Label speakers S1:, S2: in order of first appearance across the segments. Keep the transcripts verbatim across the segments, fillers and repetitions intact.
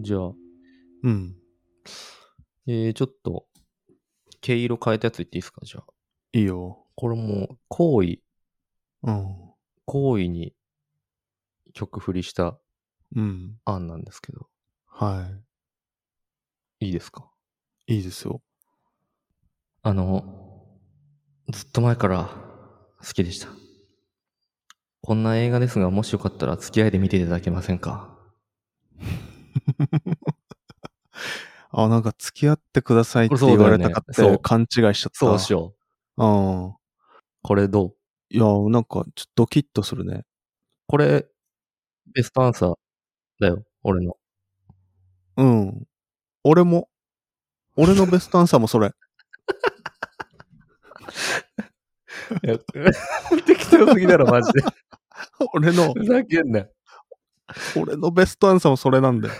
S1: じゃあ、
S2: うん。
S1: えー、ちょっと、毛色変えたやつ言っていいですか？じゃあ。
S2: いいよ。
S1: これも、好意、
S2: うん。
S1: 好意に曲振りした
S2: うん。
S1: 案なんですけど、
S2: はい
S1: いですか？
S2: い。いいですよ。
S1: あの、ずっと前から好きでした。こんな映画ですが、もしよかったら付き合いで見ていただけませんか？
S2: あ、なんか付き合ってくださいっ
S1: これ
S2: て言われた
S1: そうだよね。
S2: かって
S1: そう。
S2: 勘違いしちゃった。
S1: そうしよう。
S2: うん。
S1: これどう？
S2: いや、なんかちょっとドキッとするね。
S1: これ、ベストアンサーだよ。俺の。
S2: うん。俺も、俺のベストアンサーもそれ。
S1: いや、適当すぎだろ、マジで。
S2: 俺の、
S1: ふざけんな。
S2: 俺のベストアンサーもそれなんだよ。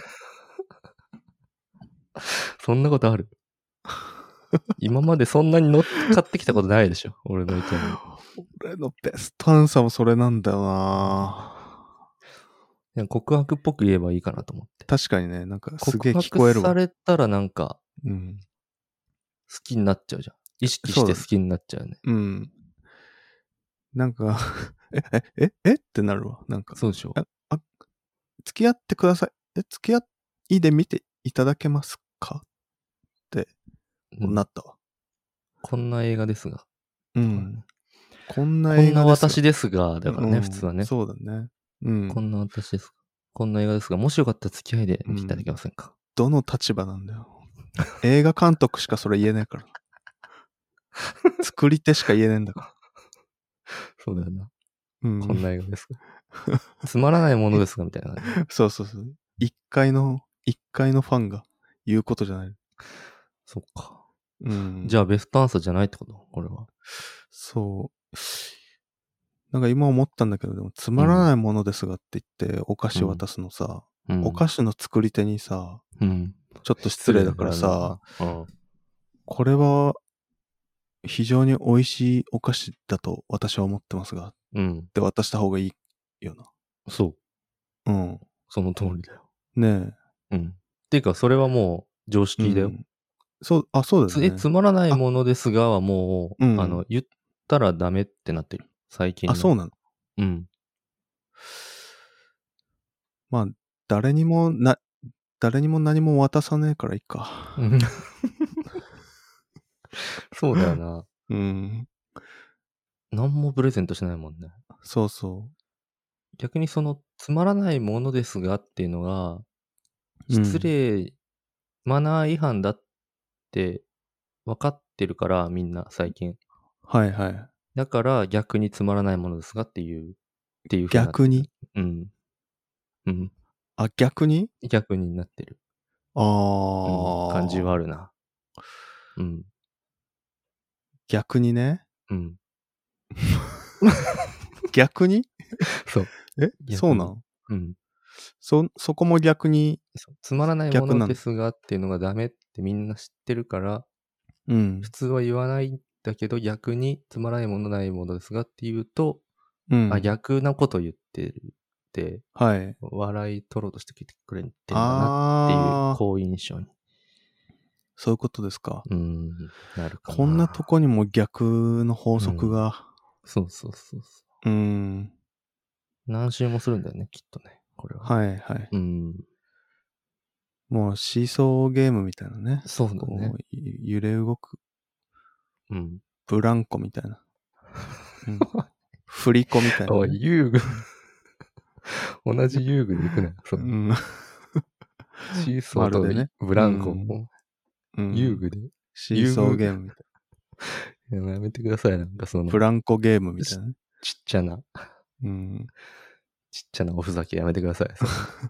S1: そんなことある？今までそんなに乗っかってきたことないでしょ、俺の意見に。
S2: 俺のベストアンサーもそれなんだよない
S1: や告白っぽく言えばいいかなと思って。
S2: 確かにね、なんかす
S1: 告
S2: げえ聞こえるわ。
S1: 白されたらなんか
S2: うん。
S1: 好きになっちゃうじゃん。意識し
S2: そうだね。
S1: て好きになっちゃうね。
S2: うん。なんかえ、え、え、えってなるわ。なんか、
S1: そうでしょ。
S2: あ、あ付き合ってください。え、付き合いで見ていただけますかって
S1: うん、
S2: なったわ。
S1: こんな映画ですが。
S2: う
S1: ね、
S2: ん。こんな
S1: こんな
S2: 映画ですが。
S1: 私ですが、だからね、
S2: うん、
S1: 普通はね。
S2: そうだね。うん。
S1: こんな私ですが。こんな映画ですが、もしよかったら付き合いで見ていただけませんか？
S2: どの立場なんだよ。映画監督しかそれ言えないから。作り手しか言えないんだか
S1: そうだよな。
S2: ら。うん。
S1: こんな映画ですが。つまらないものですが、みたいな感じ。
S2: そうそうそう。一階の、一階のファンが言うことじゃない。
S1: そっか。
S2: うん。
S1: じゃあベストアンサーじゃないってことこれは。
S2: そう。なんか今思ったんだけど、でもつまらないものですがって言ってお菓子渡すのさ、
S1: うん。
S2: お菓子の作り手にさ、
S1: うん。
S2: ちょっと失礼だからさ、
S1: 失礼だな。うん。
S2: これは非常に美味しいお菓子だと私は思ってますが、っ
S1: うん。
S2: て渡した方がいいよ
S1: そう。
S2: な。うん。
S1: その通りだよ。
S2: ね
S1: うん。っていうか、それはもう常
S2: え。う
S1: 識だよ。
S2: ん。そう、あ、そうだ
S1: つえ、
S2: よね。
S1: つまらない
S2: あ、
S1: ものですがはもう、
S2: うん。
S1: あの、言ったらダメってなってる。最
S2: あ、
S1: 近の。
S2: そうなの。
S1: うん。
S2: まあ、誰にもな、誰にも何も渡さねえからいいか。
S1: うん。そうだよな。
S2: うん。
S1: 何もプレゼントしないもんね。
S2: そうそ
S1: 逆にその、つまらないものですがっていうのが、
S2: う。う
S1: 失
S2: ん。
S1: 礼、マナー違反だって分かってるから、みんな最近。
S2: はいはい。
S1: だから逆につまらないものですがっていう、っていう風になってる。
S2: 逆に
S1: うん。うん。
S2: あ、逆に
S1: 逆になってる。
S2: あ
S1: うん。感じはあ
S2: ー。
S1: るな。うん。
S2: 逆にね。
S1: うん。
S2: 逆に
S1: そう。
S2: えそう
S1: 逆に。
S2: なん
S1: うん。
S2: そ、そこも逆に
S1: そう。つまらないも
S2: 逆なの。
S1: のですがっていうのがダメってみんな知ってるから、
S2: うん
S1: 普。通は言わないんだけど、逆につまらないものないものですがって言うと、あ、
S2: うん。
S1: 逆なこと言ってるって、
S2: はい。
S1: 笑い取ろうとしてきてくれてんだなっていう
S2: あー。
S1: 好印象に。
S2: そういうことですか。
S1: うーん、なるかな。
S2: こんなとこにも逆の法則が。
S1: そうそうそうそ
S2: うん。
S1: う。何周もするんだよね、きっとね。これは。
S2: はいはい。
S1: うん。
S2: もうシーソーゲームみたいなね。
S1: そうだね
S2: こ。うゆ揺れ動く
S1: うん。
S2: ブランコみたいな。うん。振り子みたいな、
S1: おい、
S2: ね。
S1: 遊具。同じ遊具で行くなよ。その
S2: うん。
S1: シーソーと
S2: まるでね。
S1: ブランコ。
S2: うんうん、
S1: 遊具で。
S2: シーソーゲームみたい
S1: ややめてください。なんかそ
S2: な。
S1: の、
S2: ブランコゲームみたいなね。
S1: ちっちゃな、
S2: うん。
S1: ちっちゃなおふざけやめてください。そ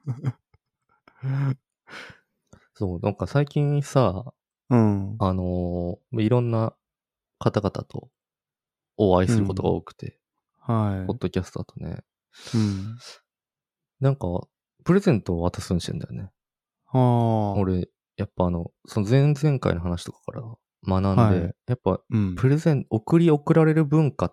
S1: そう、なんか最近さ、
S2: うん。
S1: あのーいろんな方々とお会いすることが多くて、
S2: はい。
S1: ポッドキャストだとね、
S2: うん。
S1: なんか、プレゼントを渡すんしてんだよね。
S2: はあ。
S1: 俺、やっぱあの、その前々回の話とかから学ん
S2: はい。
S1: で、やっぱ、
S2: うん。
S1: プレゼン、送り送られる文化って、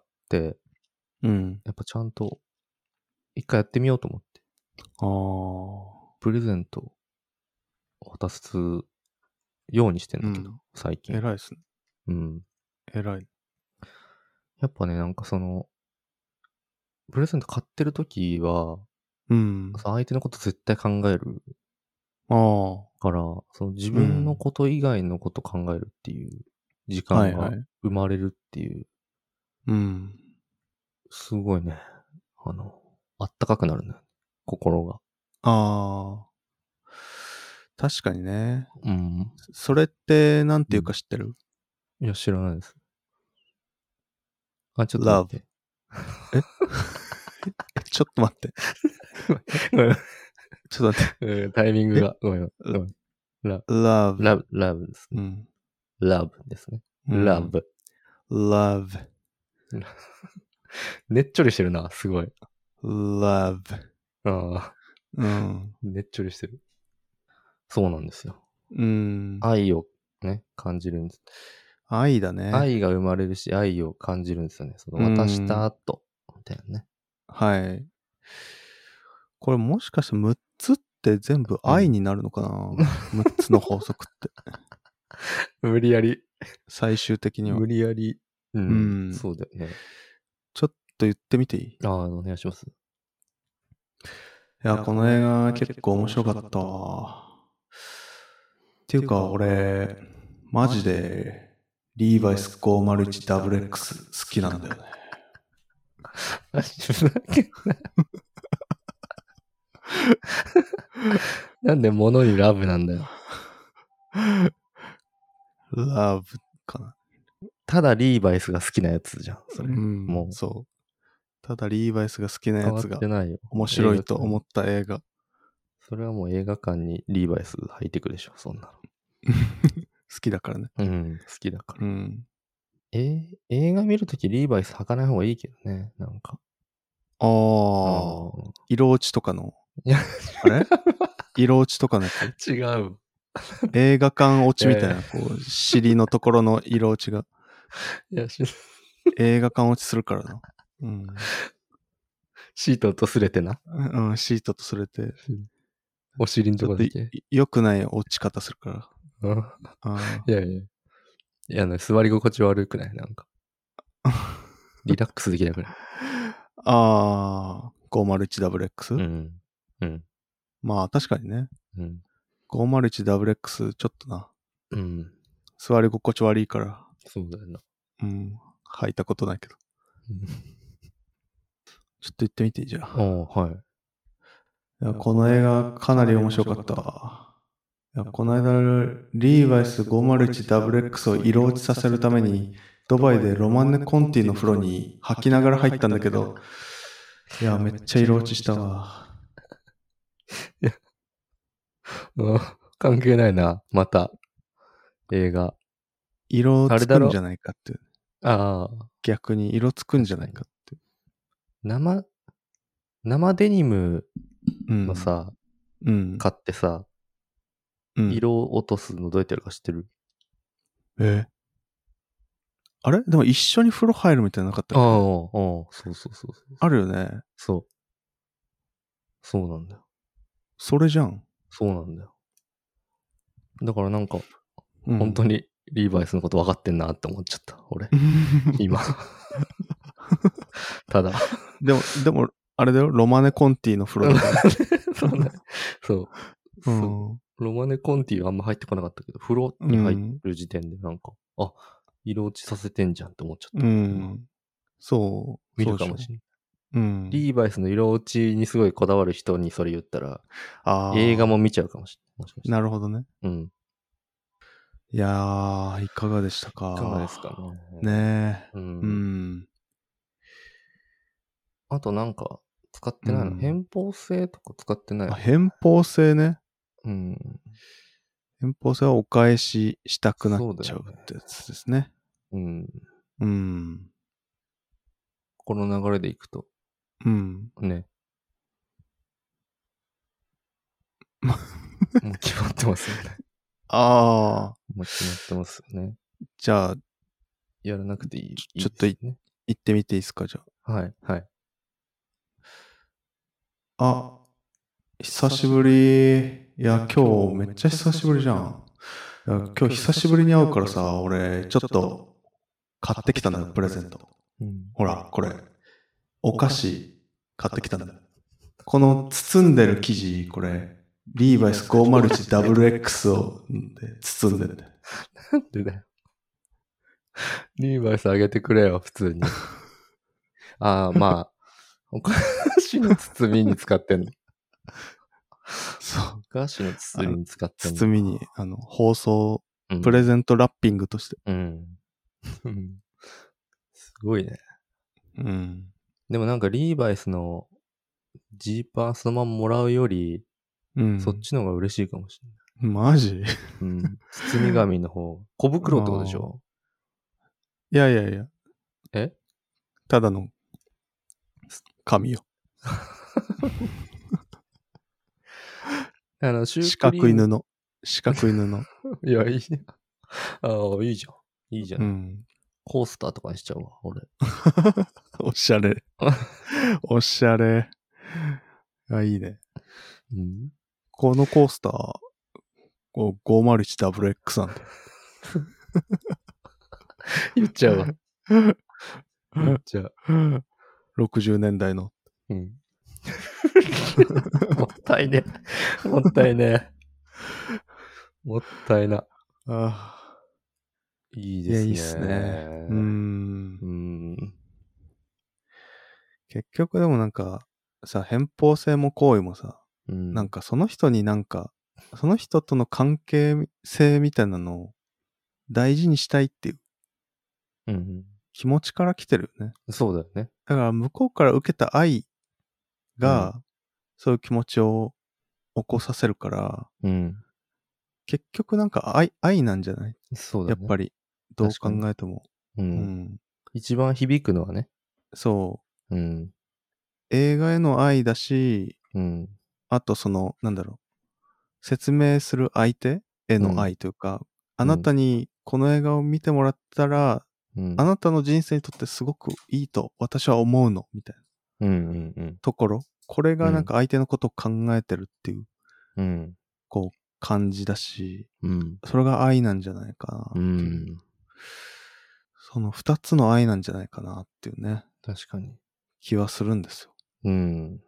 S2: うん。
S1: やっぱちゃんと、一回やってみようと思って。
S2: ああ。
S1: プレゼント渡すようにしてんだけど、
S2: うん
S1: 最近。
S2: 偉いっすね。
S1: うん。
S2: 偉い。
S1: やっぱね、なんかその、プレゼント買ってる時は、
S2: うん。
S1: その相手のこと絶対考える
S2: ああ。
S1: から、その自
S2: うん
S1: 分のこと以外のこと考えるっていう時間が
S2: はいはい。
S1: 生まれるっていう、
S2: うん。
S1: すごいね、あの、あったかくなるね、心が。
S2: ああ。確かにね。
S1: うん。
S2: それってなんていう
S1: うん
S2: か知ってる？
S1: いや、知らないです。あ、ちょっと待っ
S2: love。
S1: て。
S2: ええ、ちょっと待って。
S1: ごめん
S2: ちょっと待って。
S1: うんタイミング
S2: え
S1: が、ごめん、ごめん。ラ、
S2: love。
S1: ラブ、ラブですね。
S2: うん。
S1: ラブですね。
S2: うん
S1: ラブ。
S2: love。
S1: ねっちょりしてるな、すごい。
S2: love。
S1: ああ、
S2: うん。
S1: ねっちょりしてる。そうなんですよ。
S2: うん。
S1: 愛をね、感じるんです。
S2: 愛だね。
S1: 愛が生まれるし、愛を感じるんですよね。その
S2: うん
S1: 渡した後、みたいなね。
S2: はい。これもしかしてむっつって全部愛になるのかな、むっつの法則って。
S1: 無理やり、
S2: 最終的には。
S1: 無理やり、うん、
S2: うん
S1: そうだよね。
S2: ちょっと言ってみていい？い
S1: ああ、お願いします。
S2: や、この映画結構面白かったわ。っていうか、俺、マジで、リーバイス ごーまるいちダブルエックス 好きなんだよね。
S1: マジふざけんな。なんで物にラブなんだよ。
S2: ラブかな。
S1: ただリーバイスが好きなやつじゃん、それ。
S2: うん、
S1: もう、
S2: そう。ただリーバイスが好きな
S1: 変わっ
S2: やつが
S1: てないよ。
S2: 面白いと
S1: 映画館
S2: 思った映画。
S1: それはもう映画館にリーバイス履いてくでしょ、そんな
S2: 好きだからね。
S1: の。うん、好きだから。
S2: うん。
S1: えー映画見るときリーバイス履かない方がいいけどね、なんか。
S2: あ
S1: あ
S2: あ、
S1: ー
S2: 色落ちとかの。
S1: いや、
S2: あれ色落ちとかのやつ。
S1: 違う。
S2: 映画館落ちみたいな、こう、尻のところの色落ちが。
S1: いや、し
S2: 映画館落ちするからな。うん。
S1: シートとすれてな。
S2: うん、シートとそれて、
S1: お尻の
S2: ちょっとい
S1: とこだけ。
S2: 良くない落ち方するから。
S1: うん
S2: あ
S1: いやいや。いや、あの座り心地悪くないなんか。リラックスできなくない
S2: あー、ごーまるいちダブルエックス？
S1: うん。うん。
S2: まあ確かにね。
S1: うん。
S2: ごーまるいちダブルエックス ちょっとな。
S1: うん。
S2: 座り心地悪いから。
S1: そうだよな。
S2: うん。履いたことないけど。
S1: うん
S2: ちょっと言ってみていいじゃん。
S1: ああ、はい。
S2: いや、この映画かなり面白かったわ。いや、この間、リーバイス ごーまるいちダブルエックス を色落ちさせるために、ドバイでロマンネ・コンティの風呂に吐きながら入ったんだけど、いや、めっちゃ色落ちしたわ。
S1: うん関係ないな、また。映画。
S2: 色つくんじゃないかって。
S1: ああ。
S2: 逆に色つくんじゃないかって。
S1: 生、生デニム
S2: うん。
S1: のさ、
S2: うん。
S1: 買ってさ、
S2: うん、
S1: 色を落とすのどうやってやるか知ってる
S2: えあれでも一緒に風呂入るみたいなのなかったっけ？
S1: ああ、ああ、そうそうそうそう。
S2: あるよね。
S1: そう。そうなんだよ。
S2: それじゃん。
S1: そうなんだよ。だからなんか、
S2: うん、
S1: 本当にリーバイスのこと分かってんなって思っちゃった、俺。今。ただ。
S2: でも、でも、あれだよ、ロマネ・コンティの風呂だから。
S1: そうね。そう。
S2: う。
S1: そうんロマネ・コンティはあんま入ってこなかったけど、風呂に入る時点でなんか、あ、色落ちさせてんじゃんって思っちゃっ
S2: う
S1: た。
S2: ん。そう。
S1: 見るかもしれない。
S2: うん。
S1: リーバイスの色落ちにすごいこだわる人にそれ言ったら、
S2: あー
S1: 映画も見ちゃうかもしれない。もしかして
S2: なるほどね。
S1: うん。
S2: いやー、いかがでしたか？
S1: いかがですかね。
S2: ねえ。
S1: う。
S2: うんん。
S1: あとなんか、使ってないの、
S2: うん
S1: 偏方性とか使ってない
S2: あ、
S1: の
S2: 偏方性ね。
S1: うん。
S2: 偏方性はお返ししたくなっちゃう
S1: そうだよね
S2: ってやつですね。
S1: うん。
S2: うん。
S1: この流れでいくと、
S2: うん。
S1: ね。もう決まってますよね。
S2: ああ、
S1: もう決まってますよね。
S2: じゃあ、
S1: やらなくていい。
S2: ちょちょっとい
S1: いいですね。
S2: 行ってみていいですか、じゃ
S1: はい、はい。
S2: あ。あ、久しぶり。 いや、今日めっちゃ久しぶりじゃん。いや今日久しぶりに会うからさ、俺、ちょっと買ってきたんだよ、プレゼント。
S1: うん。
S2: ほら、これ。お菓子買ってきたんだよ。この包んでる生地、これ、リーバイス ごーまるいちダブルエックス をで包んでるんだよ。
S1: なんでだよ。リーバイスあげてくれよ、普通に。ああ、まあ、お菓子の包みに使ってんの。
S2: そう。
S1: お菓子の包みに使ってんの。
S2: 包みに、あの、包装、
S1: うん
S2: プレゼントラッピングとして。
S1: うん。うんすごいね。
S2: うん。
S1: でもなんかリーバイスのジーパンそのままもらうより、
S2: うん。
S1: そっちの方が嬉しいかもしれない。
S2: マジ
S1: うん。包み紙の方。小袋ってことでしょ？
S2: いやいやいや、
S1: え
S2: ただの紙よ。
S1: あの、シュ
S2: 四
S1: ークリーム。
S2: 角い布。四角い布。
S1: いや、いい。ああ、いいじゃん。いいじゃん。
S2: うん。
S1: コースターとかにしちゃうわ、俺。
S2: おしゃれ。おしゃれ。あ、いいね。
S1: うん。
S2: このコースター、こう ごーまるいちダブルエックス なんだよ。
S1: 言っちゃうわ。言っちゃう。
S2: ろくじゅうねんだいの。
S1: うん。もったいね。もったいね。もったいな。
S2: あ
S1: いいですね。
S2: いや、いいっすね。うーん。
S1: うん。
S2: 結局でもなんか、さ、偏方性も行為もさ、
S1: うん。
S2: なんかその人になんか、その人との関係性みたいなのを大事にしたいっていう
S1: うん。
S2: 気持ちから来てるよね。
S1: そうだよね。
S2: だから向こうから受けた愛が、そういう気持ちを起こさせるから、
S1: うん。
S2: 結局なんか愛、愛なんじゃない？
S1: そうだね。
S2: やっぱり、どう考
S1: 確かに
S2: えても。
S1: う。
S2: うんん。
S1: 一番響くのはね。
S2: そう。
S1: うん。
S2: 映画への愛だし、
S1: うん。
S2: あとその、なんだろう。説明する相手への愛というか、あなたにこの映画を見てもらったら、
S1: うん。
S2: あなたの人生にとってすごくいいと私は思うの、みたいな
S1: うんうんうん。
S2: ところ。これがなんか相手のことを考えてるっていう、
S1: うん。
S2: こう、感じだし、
S1: うん。
S2: それが愛なんじゃないか
S1: う
S2: なっていう。
S1: ん。
S2: その二つの愛なんじゃないかなっていうね、
S1: 確かに。
S2: 気はするんですよ。
S1: うん。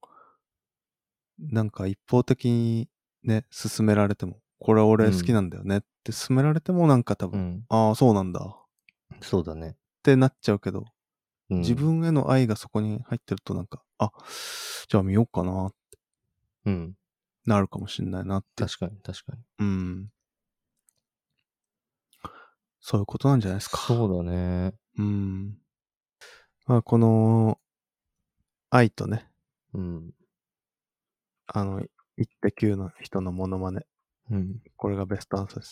S2: なんか一方的にね、勧められても、これ俺好きなんだよねって勧められてもなんか多分、
S1: うん。
S2: ああ、そうなんだっ
S1: そうだね。
S2: てなっちゃうけど、
S1: うん。
S2: 自分への愛がそこに入ってるとなんか、あ、じゃあ見ようかなって
S1: うん。
S2: なるかもしんないなっていう。
S1: 確かに、確かに。
S2: うん。そういうことなんじゃないですか。
S1: そうだね。
S2: うん。まあ、この、愛とね、
S1: うん。
S2: あの、イッテ Q の人のモノマネ。
S1: うん。
S2: これがベストアンサーです。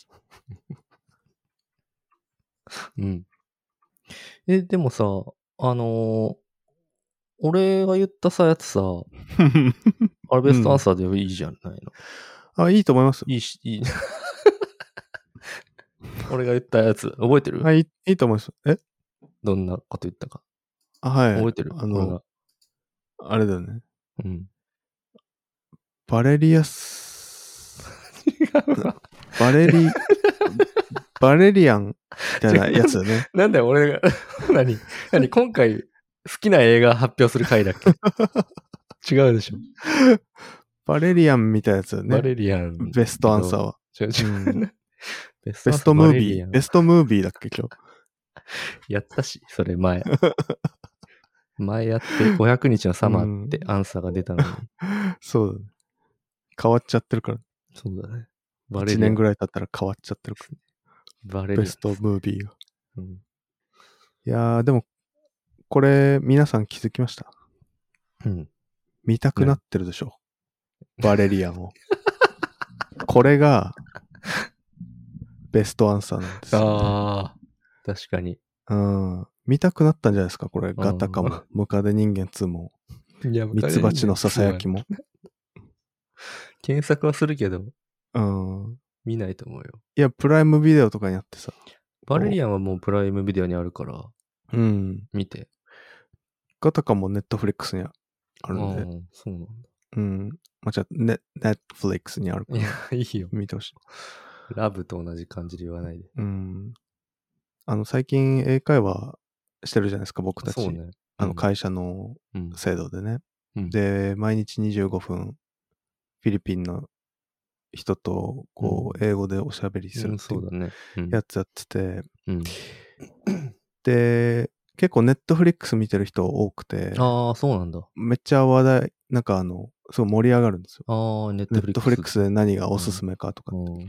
S1: うん。え、でもさ、あのー俺が言ったさ、やつさ、あれベストアンサーでいいじゃないの。
S2: あ、いいと思いますよ。
S1: いいし、いい。俺が言ったやつ、覚えてる？
S2: はい、いいと思います。え
S1: どんなこと言ったか。
S2: あ、はい。
S1: 覚えてる？
S2: あの、
S1: 俺が。
S2: あれだよね。
S1: うん。
S2: バレリアス、
S1: 違うわ。
S2: バレリ、バレリアンみたいなやつだよね。
S1: なんだよ、俺が、何何今回好きな映画発表する回だっけ？違うでしょ。
S2: バレリアンみたいなやつだよね。
S1: バレリアン。
S2: ベストアンサーは。
S1: 違う違う。
S2: うん
S1: ベス
S2: ベストムービー、ベストムービーだっけ、今日。
S1: やったし、それ前。前やってごひゃくにちのサマーってアンサーが出たのに。
S2: そうだね。変わっちゃってるから。
S1: そうだね。
S2: いちねんぐらい経ったら変わっちゃってるから。
S1: バレリアン。
S2: ベストムービーが。
S1: うん、
S2: いやー、でも、これ、皆さん気づきました？
S1: うん。
S2: 見たくなってるでしょ。バレリアンを。これが、ベストアンサーなんですよ。
S1: ああ、確かに。
S2: うん。見たくなったんじゃないですか、これ。ガタカも、ムカデ人間ツーも、
S1: いや、
S2: ミツバチのささやきも。
S1: 検索はするけど、
S2: うん。
S1: 見ないと思うよ。
S2: いや、プライムビデオとかにあってさ。
S1: バレリアンはもうプライムビデオにあるから、
S2: うん。
S1: 見て。
S2: ガタカもネットフリックスにあるんで。
S1: ああ、そうなんだ。
S2: うん。 まあ、じゃあ、ね、Netflix にあるか
S1: いや
S2: ら、
S1: いいよ。
S2: 見てほしい。
S1: ラブと同じ感じで言わないで。
S2: うん。あの、最近英会話してるじゃないですか、僕たち。
S1: そうね。
S2: あの、
S1: うん。
S2: 会社の
S1: うん。
S2: 制度でね。
S1: うん。
S2: で、毎日にじゅうごふん、フィリピンの人と、こう、
S1: うん
S2: 英語でおしゃべりす
S1: うん、
S2: るっていう
S1: そうだね。うん。
S2: やつやってて、
S1: うん。
S2: で、結構ネットフリックス見てる人多くて、
S1: ああ、そうなんだ。
S2: めっちゃ話題、なんかあの、すごい盛り上がるんですよ。
S1: ああ、ネッ
S2: ネ
S1: トフリックス。
S2: ットフリックスで何がおすすめかとか。
S1: うん。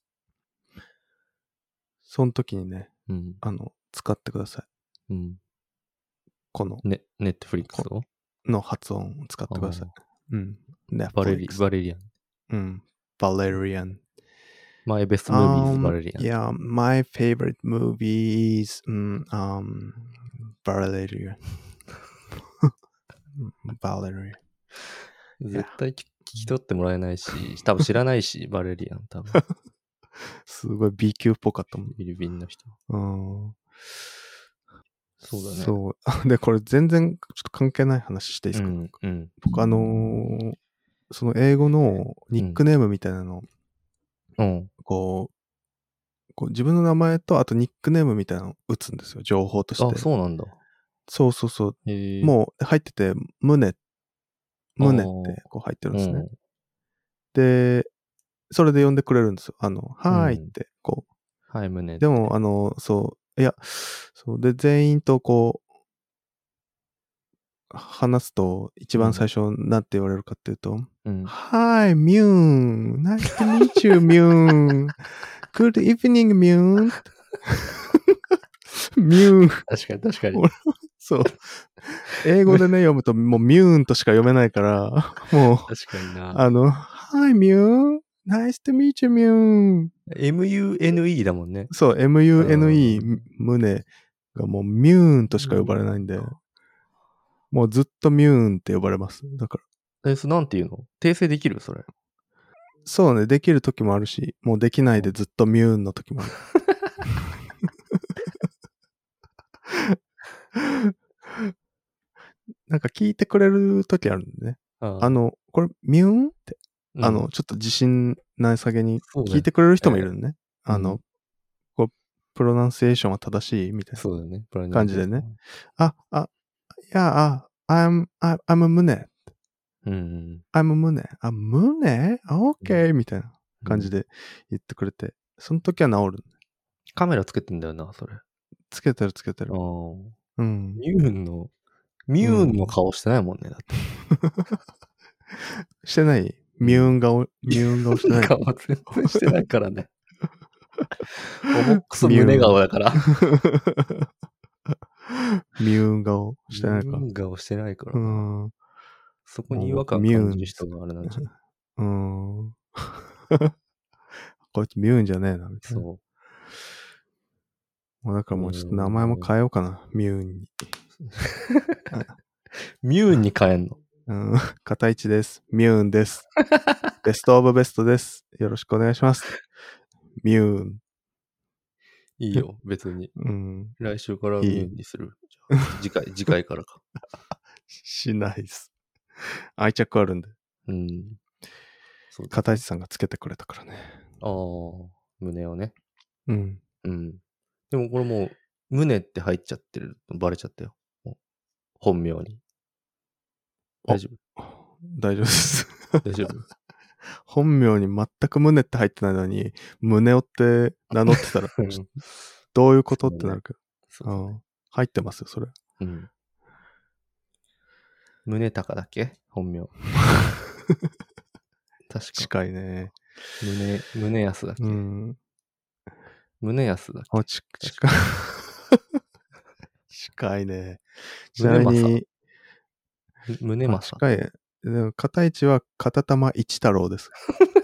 S2: その時にね、
S1: うん。
S2: あの、使ってください。
S1: うん。
S2: この、
S1: ね、ネットフリックスを
S2: の発音を使ってください。うん。
S1: バレリ、
S2: Netflix。
S1: バレリアン。
S2: うん。Valerian.
S1: My best movie is
S2: Um,
S1: Valerian.
S2: yeah, my favorite movie is, um, um Valerian. Valerian.
S1: 絶対聞き取ってもらえないし、多分知らないし、バレリアン、多分。
S2: すごい B 級っぽかったもん。
S1: フィリピンの人。
S2: うん。
S1: そうだね。
S2: そう。で、これ全然ちょっと関係ない話していいですか、
S1: うん、うん。
S2: 僕あのーその英語のニックネームみたいなの、
S1: うん。
S2: こう、こう自分の名前とあとニックネームみたいなのを打つんですよ、情報として。
S1: あ、そうなんだ。
S2: そうそうそう。
S1: へえ。
S2: もう入ってて、胸、胸ってこう入ってるんですね。で、それで呼んでくれるんですよ。あの、はーいって、こう。
S1: はい、胸。
S2: でも、あの、そう、いや、そう、で、全員とこう、話すと、一番最初、なんて言われるかっていうと、
S1: うん。
S2: Hi, Myun. Nice to meet you, Myun. Good evening, Myun. ミューン。
S1: 確かに確かに。
S2: そう。英語でね、読むともうミューンとしか読めないから、もう、
S1: 確かにな。
S2: あの、Hi, Myun. Nice to meet you, Myun.
S1: エムユーエヌイー だもんね。
S2: そう、エムユーエヌイー、胸がもうミューンとしか呼ばれないんで、もうずっとミューンって呼ばれます。だから。
S1: え、それなんていうの？訂正できる？それ。
S2: そうね、できる時もあるし、もうできないでずっとミューンの時もある。なんか聞いてくれる時あるんでね。
S1: あ
S2: あの、これミューンって、
S1: うん、
S2: あの、ちょっと自信ない下げに
S1: そうだよ
S2: 聞いてくれる人もいるんね。あの、
S1: うん
S2: こう、プロナンセーションは正しいみたい
S1: そうだよね。プラ
S2: な
S1: ネ
S2: 感じでね。あ、あ、いや、あ、I'm, I- I'm a 胸。
S1: うんうん。
S2: I'm a 胸。あ、胸 ?OK みたいな感じで言ってくれて、その時は治る。
S1: カメラつけてんだよな、それ。
S2: つけてるつけてる
S1: あ。あ。
S2: うん。
S1: ミューンの、ミューンの顔してないもんね、だって。
S2: してないミューン顔、ミューン顔してない。
S1: 顔全然してないからね。おもっくそ胸顔だから。
S2: ミューン顔してないか。
S1: ミューン顔してないから
S2: う
S1: な。
S2: ん。
S1: そこに違和感感じる人があれなんじゃない？
S2: うん。こいつミューンじゃねえな、みたいな。
S1: そう。
S2: もうだからもうちょっと名前も変えようかな、ミューンに。
S1: ミューンに変えんの？
S2: うん。片一です。ミューンです。ベストオブベストです。よろしくお願いします。ミューン。
S1: いいよ、別に。
S2: うん。
S1: 来週からミューンにする。じゃあ次回、次回からか。
S2: しないっす。愛着あるんで。
S1: うん。そうだ。
S2: 片一さんがつけてくれたからね。
S1: ああ、胸をね。
S2: うん。
S1: うん。でもこれもう、胸って入っちゃってる。バレちゃったよ。もう本名に。大丈夫？
S2: 大丈夫です。
S1: 大丈夫？
S2: 本名に全く胸って入ってないのに、胸をって名乗ってたら、どういうことってなるけど。
S1: そうだね。
S2: うん入ってますよ、それ。
S1: うん。胸高だっけ？本名。確か。
S2: 近いね。
S1: 胸、胸安だっけ？
S2: うん。
S1: 胸安だっけ？
S2: あ、ち、近い。近いね。ちな
S1: 胸正。
S2: みに、
S1: 胸正。
S2: あ近い。でも片一は片玉一太郎です。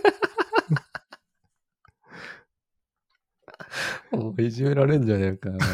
S1: もういじめられんじゃねえかな。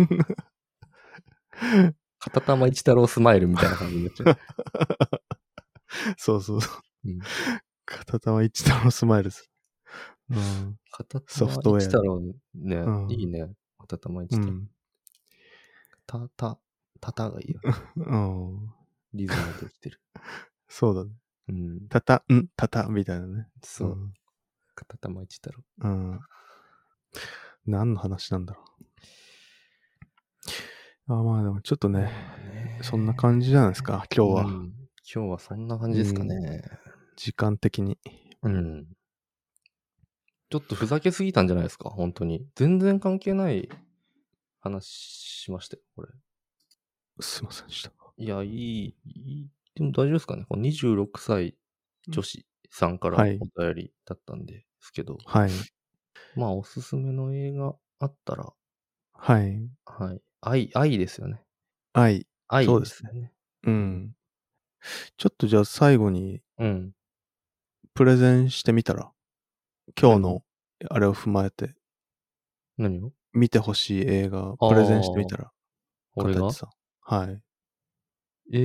S1: 片玉一太郎スマイルみたいな感じになっちゃう。
S2: そうそうそう。
S1: うん、
S2: 片玉一太郎スマイルです。うん、
S1: 片
S2: ソフトウェア
S1: 玉一太郎ね、
S2: うん、
S1: いいね。片玉一太郎。
S2: うん。
S1: た、た、たたがいいよ。
S2: うん、
S1: リズムできてる。
S2: そうだね。
S1: うん。
S2: たた、ん、たた、みたいなね。
S1: そう。
S2: ん、
S1: 片玉一太郎。
S2: うん。何の話なんだろう。あ、まあでもちょっとね、
S1: まあね。
S2: そんな感じじゃないですか、今日は。
S1: うん。今日はそんな感じですかね。
S2: うん、時間的に。
S1: うん。ちょっとふざけすぎたんじゃないですか、本当に。全然関係ない話しましたよ、これ。
S2: すいませんでした。
S1: いや、いい、いい。でも大丈夫ですかね。このにじゅうろくさい女子さんからお
S2: はい。
S1: 便りだったんですけど、
S2: はい。
S1: まあ、おすすめの映画あったら、
S2: はい。
S1: はい。愛、愛ですよね。
S2: 愛。そ
S1: 愛
S2: うですね。
S1: ですよね。
S2: う
S1: うん。
S2: ん。ちょっとじゃあ最後に
S1: うん。
S2: プレゼンしてみたら、今日
S1: 何を
S2: のあれを踏まえて
S1: 何を
S2: 見てほしい映画
S1: あ
S2: プレゼンしてみ
S1: あ、
S2: たら、
S1: 俺が
S2: 片市さん。はい。
S1: え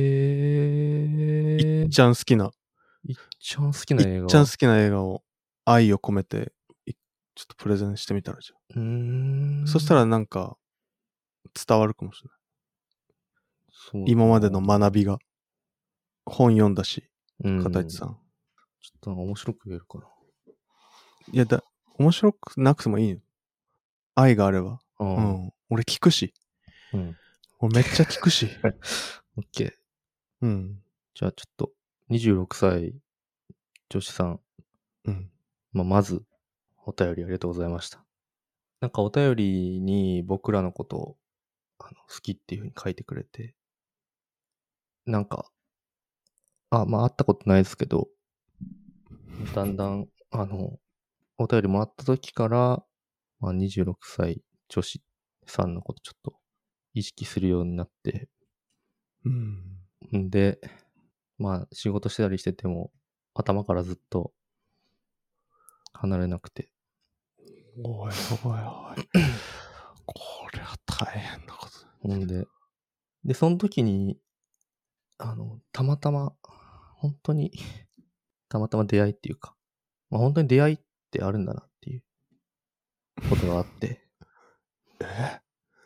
S2: いっ
S1: ー、
S2: ちゃん好きな、
S1: いっちゃん好きない映画。
S2: っちゃん好きな映画を愛を込めて、いちょっとプレゼンしてみたらじゃ
S1: うーん。
S2: あ。そしたらなんか伝わるかもしれない。
S1: そうだな
S2: 今までの学びが。本読んだし、
S1: うん。
S2: 片市さん。
S1: ちょっとなんか面白く言えるかな。
S2: いや、だ、面白くなくてもいいよ。愛があれば。
S1: う。
S2: うんん。俺聞くし。
S1: うん。
S2: 俺めっちゃ聞くし。
S1: オッケー。
S2: うん。
S1: じゃあちょっと、にじゅうろくさい女子さん、
S2: うん。
S1: まあ、まず、お便りありがとうございました。なんかお便りに僕らのことをあの好きっていう風に書いてくれて、なんか、あ、まあ会ったことないですけど、だんだん、あの、お便りもらった時から、まあ、にじゅうろくさい女子さんのことちょっと意識するようになって、
S2: うん。
S1: んで、まあ仕事してたりしてても、頭からずっと離れなくて。
S2: おいおいおい。これは大変なこと。
S1: ほんで、で、その時に、あの、たまたま、本当に、たまたま出会いっていうか、まあ本当に出会いってあるんだなっていうことがあって、
S2: え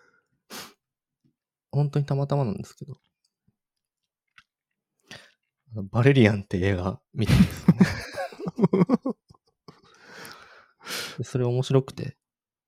S1: 本当にたまたまなんですけど、あのバレリアンって映画見たんですよね。でそれ面白くて、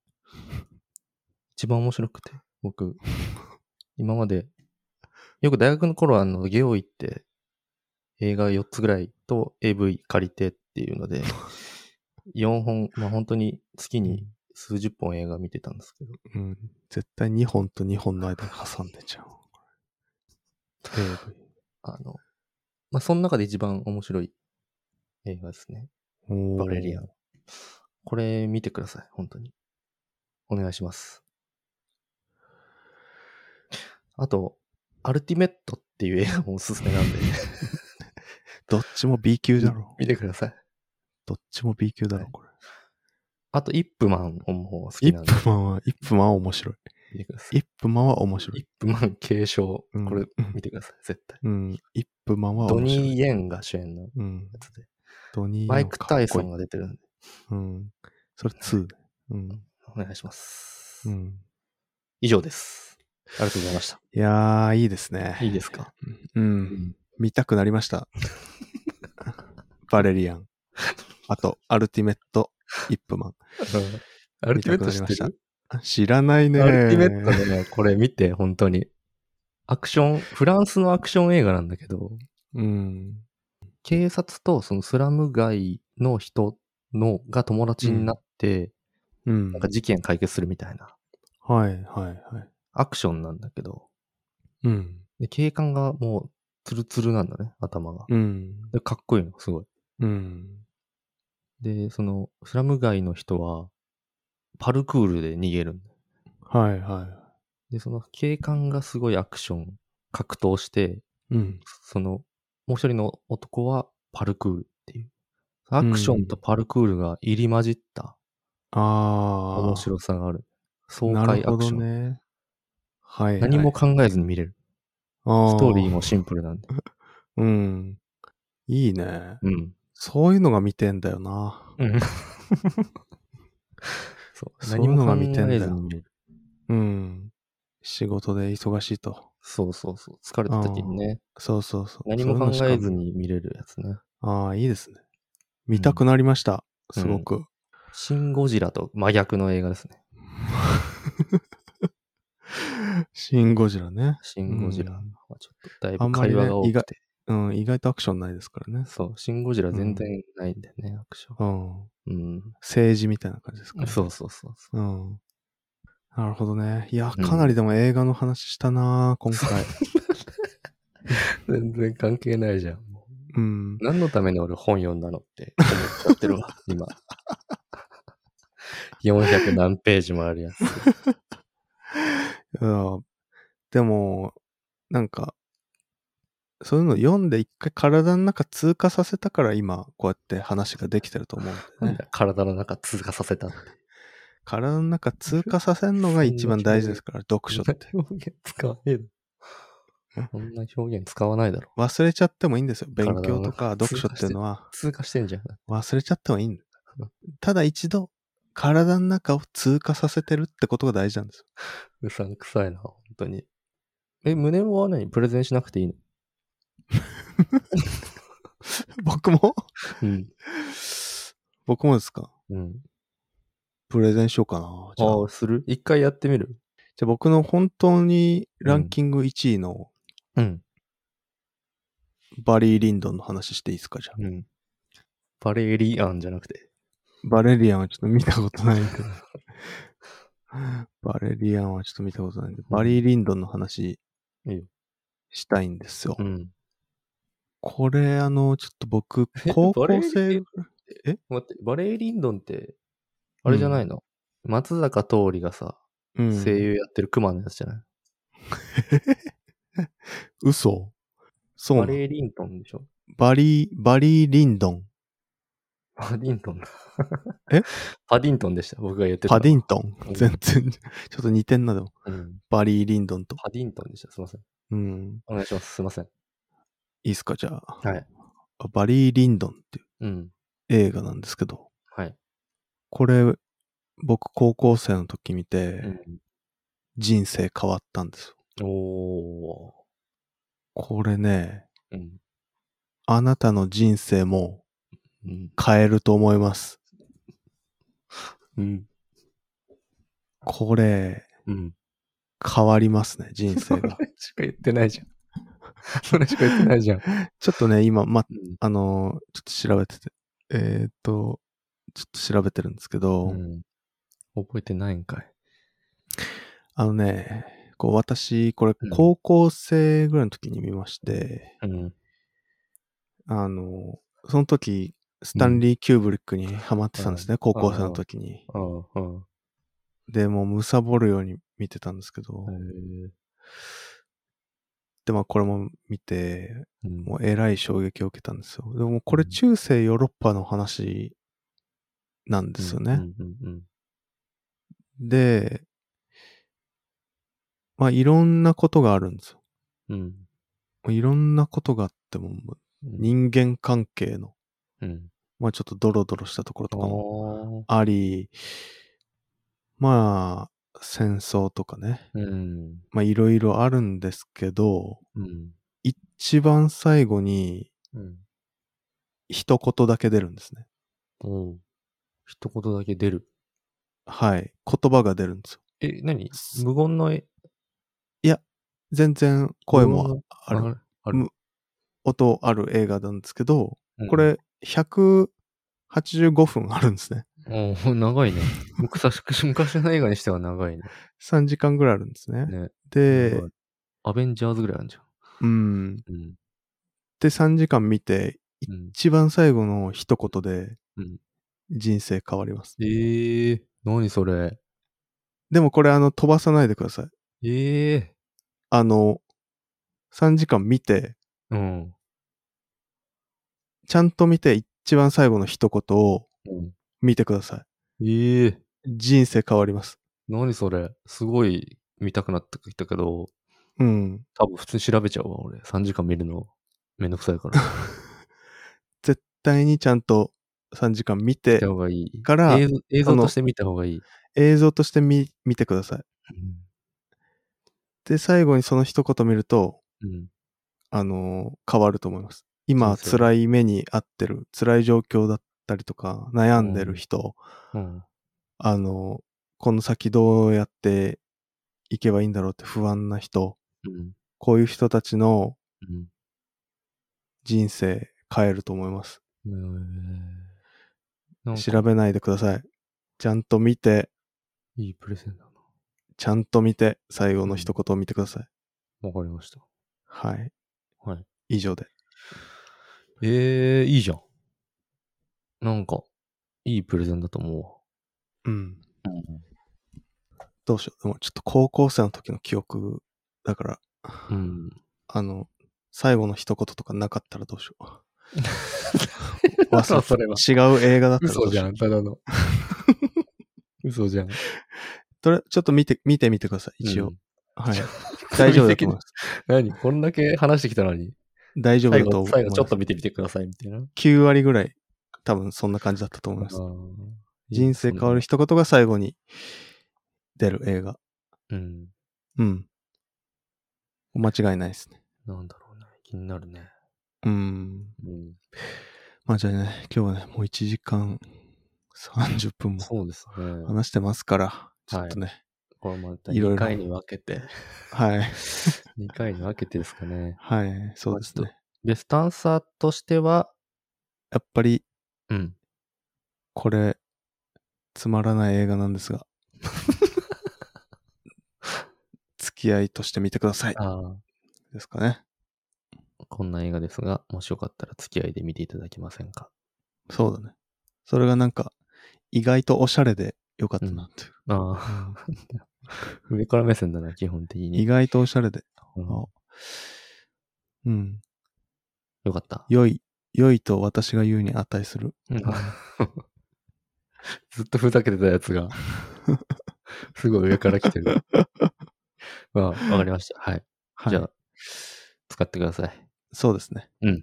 S1: 一番面白くて、僕、今まで、よく大学の頃はあの、ゲオ行って、映画よっつぐらいと エーブイ 借りてっていうので、よんほん、まあ本当に月に数十本映画見てたんですけど、
S2: うん。絶対にほんとにほんの間に挟んでちゃう。エーブイ。
S1: あの、まあその中で一番面白い映画ですね。
S2: お
S1: バレリアン
S2: ー。。
S1: これ見てください、本当に。お願いします。あと、アルティメットっていう映画もおすすめなんで、
S2: どっちも B 級だろ。
S1: 見てください。
S2: どっちも B 級だろ、
S1: はい
S2: これ。
S1: あと、イップマンも好
S2: イッ
S1: きなんで、
S2: プマンは、イップマンは面白い。
S1: 見てください。
S2: イップマンは面白い。
S1: イップマン継承、
S2: うん
S1: これ見てください、絶対。
S2: うん。イップマンは
S1: ド
S2: 面白い。
S1: ニー・イエンが主演の
S2: うん。
S1: やつで、
S2: ドニー・
S1: マイク・
S2: ヤンかっ
S1: タイソ
S2: こいい。
S1: ンが出てるんで、
S2: うん。それツーね。うん。
S1: お願いします。
S2: うん。
S1: 以上です。ありがとうございました。
S2: いやー、いいですね。
S1: いいですか？
S2: う。
S1: うんん。
S2: 見たくなりました。バレリアン。あと、アルティメット・イップマン。
S1: アルティメット
S2: 見たくなりました
S1: 知ってる？
S2: 知らないね。
S1: アルティメットね、これ見て、本当に。アクション、フランスのアクション映画なんだけど、
S2: うん。
S1: 警察とそのスラム街の人のが友達になって、
S2: うん。
S1: なんか事件解決するみたいな
S2: はい、はい、はい。
S1: アクションなんだけど、
S2: うん。
S1: で警官がもうツルツルなんだね、頭が。
S2: うん。
S1: でかっこいいの、すごい。
S2: うん。
S1: で、そのスラム街の人はパルクールで逃げるんだよ。
S2: はい、は
S1: で、その警官がすごいアクション、格闘して、
S2: い。うん。
S1: そのもう一人の男はパルクールっていう。アクションとパルクールが入り混じった面
S2: あ
S1: 白さがある。
S2: ー。
S1: 爽
S2: なるほ
S1: 快アクション。
S2: どね。はい、はい。
S1: 何も考えずに見れる。
S2: あ
S1: ストーリーも
S2: ー。
S1: シンプルなんで。
S2: うん。いいね。
S1: うん。
S2: そういうのが見てんだよな。
S1: うん。そう。
S2: そういうの
S1: 何も考
S2: が見てんだよ。
S1: えずに見れる。
S2: うん。仕事で忙しいと。
S1: そうそうそう。疲れた時にね。
S2: そうそうそう。
S1: 何も考えずに見れるやつね。
S2: ああ、いいですね。見たくなりました。
S1: うん、
S2: すごく。
S1: シン・ゴジラと真逆の映画ですね。
S2: シン・ゴジラね。
S1: シン・ゴジラはちょっとだい
S2: あんまりね
S1: ぶ会話が多くて。
S2: うん、意外とアクションないですからね。
S1: そう、シン・ゴジラ全然ないんだよね、アクショ
S2: ン。うん。
S1: うん。
S2: 政治みたいな感じですかね。
S1: そうそうそうそう。
S2: うん。なるほどね。いや、かなりでも映画の話したな、今回。
S1: 全然関係ないじゃん。
S2: うん。
S1: 何のために俺本読んだのって思っちゃってるわ、今。よんひゃく何ページもあるやつ。
S2: いやでも、なんか、そういうの読んで一回体の中通過させたから今、こうやって話ができてると思うんでね。
S1: なんだ体の中通過させたって。
S2: 体の中通過させるのが一番大事ですから、読書って。
S1: 表現使わねえだろ。そんな表現使わないだろ。
S2: 忘れちゃってもいいんですよ。勉強とか読書っていうのは。
S1: 通過してんじゃん。
S2: 忘れちゃってもいいんだ。ただ一度、体の中を通過させてるってことが大事なんですよ。
S1: うさんくさいな、本当に。え、胸もは何プレゼンしなくていいの
S2: 僕も
S1: うん。
S2: 僕もですか
S1: うん。
S2: プレゼンしようかな。じゃあ。
S1: ああ、する一回やってみる
S2: じゃあ僕の本当にランキングいちいの、
S1: うん。
S2: バリー・リンドンの話していいですかじゃあ。
S1: うん。バレリアンじゃなくて。
S2: バレリアンはちょっと見たことないけど。バレリアンはちょっと見たことないんで、バリー・リンドンの話
S1: いいよ。
S2: したいんですよ。
S1: うん。
S2: これ、あの、ちょっと僕、高校生、え
S1: 待って、バレー・リンドンって、あれじゃないの、うん、松坂桃李がさ、うん、声優やってるクマのやつじゃない
S2: 嘘そうなの
S1: バレー・リンドンでしょ
S2: バリー、バリー・リンドン。
S1: パディントンだ。
S2: え
S1: パディントンでした。僕が言ってた。
S2: パディントン、うん、全然、ちょっと似てんなでも。
S1: うん、
S2: バリー・リンドンと。
S1: パディントンでした。すいません。
S2: うん。
S1: お願いします。すいません。
S2: いいっすか、じゃあ。
S1: はい。
S2: バリー・リンドンっていう
S1: うん
S2: 映画なんですけど。
S1: はい。
S2: これ、僕高校生の時見て、うん、人生変わったんですよ。
S1: おー。
S2: これね、
S1: うん、
S2: あなたの人生も変えると思います。
S1: うん。
S2: これ、うん、変わりますね、人生が。
S1: それしか言ってないじゃん。それしか言ってないじゃん。
S2: ちょっとね、今、ま、うん、あの、ちょっと調べてて。えー、っと、ちょっと調べてるんですけど、うん、
S1: 覚えてないんかい。
S2: あのね、こう私、これ高校生ぐらいの時に見まして、うん、あの、その時、スタンリー・キューブリックにハマってたんですね、うん、高校生の時に。で、もう貪るように見てたんですけど、で、まあこれも見て、うん、もうえらい衝撃を受けたんですよ。でもこれ中世ヨーロッパの話なんですよね。で、まあいろんなことがあるんですよ。うん、いろんなことがあっても、人間関係の、うん、まあちょっとドロドロしたところとかもあり、まあ戦争とかね、うん、まあいろいろあるんですけど、うん、一番最後に、一言だけ出るんですね。
S1: うん、一言だけ出る。
S2: はい。言葉が出るんですよ。
S1: え、何無言の絵
S2: いや、全然声もある。
S1: ある
S2: 音ある映画なんですけど、うん、これひゃくはちじゅうごふんあるんですね。
S1: お長いね。昔の映画にしては長いね。
S2: さんじかんぐらいあるんですね。ねで、
S1: アベンジャーズぐらいあるじゃん。
S2: うん。うん、で、さんじかん見て、一番最後の一言で、人生変わります。
S1: うん、えー、何それ。
S2: でもこれあの飛ばさないでください。
S1: ええー。
S2: あの、さんじかん見て、うん。ちゃんと見て一番最後の一言を見てくださ
S1: い。ええー。
S2: 人生変わります。
S1: 何それ。すごい見たくなってきたけど、
S2: うん。
S1: 多分普通に調べちゃうわ、俺。さんじかん見るのめんどくさいから。
S2: 絶対にちゃんとさんじかん見てから
S1: 映像、映像として見た方がいい。
S2: 映像として見見てください。うん、 で、最後にその一言見ると、
S1: うん。
S2: あのー変わると思います。今、
S1: 人生が
S2: 辛い目に遭ってる、辛い状況だったりとか、悩んでる人、
S1: うん。
S2: あのーこの先どうやっていけばいいんだろうって不安な人、
S1: うん。
S2: こういう人たちの
S1: うん。
S2: 人生変えると思います。
S1: えーなんか
S2: 調べないでください。ちゃんと見て、
S1: いいプレゼンだな。
S2: ちゃんと見て、最後の一言を見てください。
S1: わかりました。
S2: はい。
S1: はい。
S2: 以上で。
S1: えー、いいじゃん。なんか、いいプレゼンだと思
S2: うん。
S1: うわ。うん。
S2: どうしよう。でもちょっと高校生の時の記憶だから、
S1: うん。
S2: あの、最後の一言とかなかったらどうしよう。
S1: なんだそれは。
S2: 違う映画だったらどうしよう。
S1: 嘘じゃん、ただの。嘘じゃん。
S2: とりちょっと見て、見てみてください、一応。
S1: うん
S2: はい。大丈夫だと思います。
S1: 何こんだけ話してきたのに。
S2: 大丈夫
S1: 最後、
S2: だと思います。
S1: 最後ちょっと見てみてください、みたいな。
S2: きゅう割ぐらい、多分そんな感じだったと思います。
S1: あー
S2: 人生変わる。一言が最後に出る映画。
S1: うん。
S2: うん。間違いないですね。
S1: なんだろうね。気になるね。
S2: うん。
S1: うん。
S2: まあじゃあね、今日はね、もういちじかんさんじゅっぷんも
S1: そうですね。
S2: 話してますから、ちょっとね、
S1: これまた
S2: いろいろ
S1: にかいに分けて。
S2: はい。
S1: にかいに分けてですかね。
S2: はい、そうですね。
S1: ベストアンサーとしては、
S2: やっぱり、
S1: うん。
S2: これ、つまらない映画なんですが、付き合いとして見てください。
S1: ああ。
S2: ですかね。
S1: こんな映画ですが、もしよかったら付き合いで見ていただけませんか。
S2: そうだね。それがなんか、意外とおしゃれでよかったなっていう。
S1: ああ。上から目線だな、基本的に。
S2: 意外とおしゃれで。
S1: うん
S2: あうん。
S1: よかった。
S2: 良い、良いと私が言うに値する。
S1: うんずっとふざけてたやつが、すごい上から来てる。まあ、わかりました。はい。
S2: はい。
S1: じゃあ、使ってください。
S2: そうですね。
S1: うん。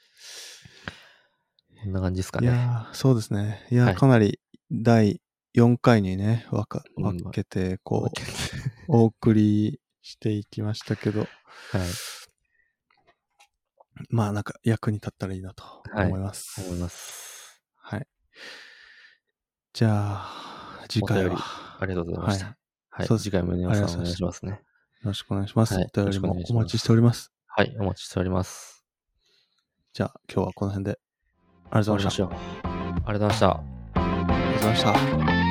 S1: こんな感じですかね。
S2: いやー、そうですね。いやー、
S1: はい
S2: かなりだいよんかいにね、分か
S1: うん
S2: 分けて、こ
S1: 分けて
S2: う、お送りしていきましたけど、
S1: はい。
S2: まあなんか役に立ったらいいなと思います。
S1: 思います。
S2: はい。じゃあ、次回は。
S1: ありがとうございました。
S2: はい。
S1: はい。
S2: そうです
S1: 次回も皆さんお願いしますね。
S2: よろしくお願いします。
S1: はい
S2: お便りも
S1: よろしくお願いします
S2: お待ちしております。
S1: はい。お待ちしております。
S2: じゃあ、今日はこの辺で。ありがとうございました。
S1: 終わりましょう。ありがとうございました。
S2: ありがとうございました。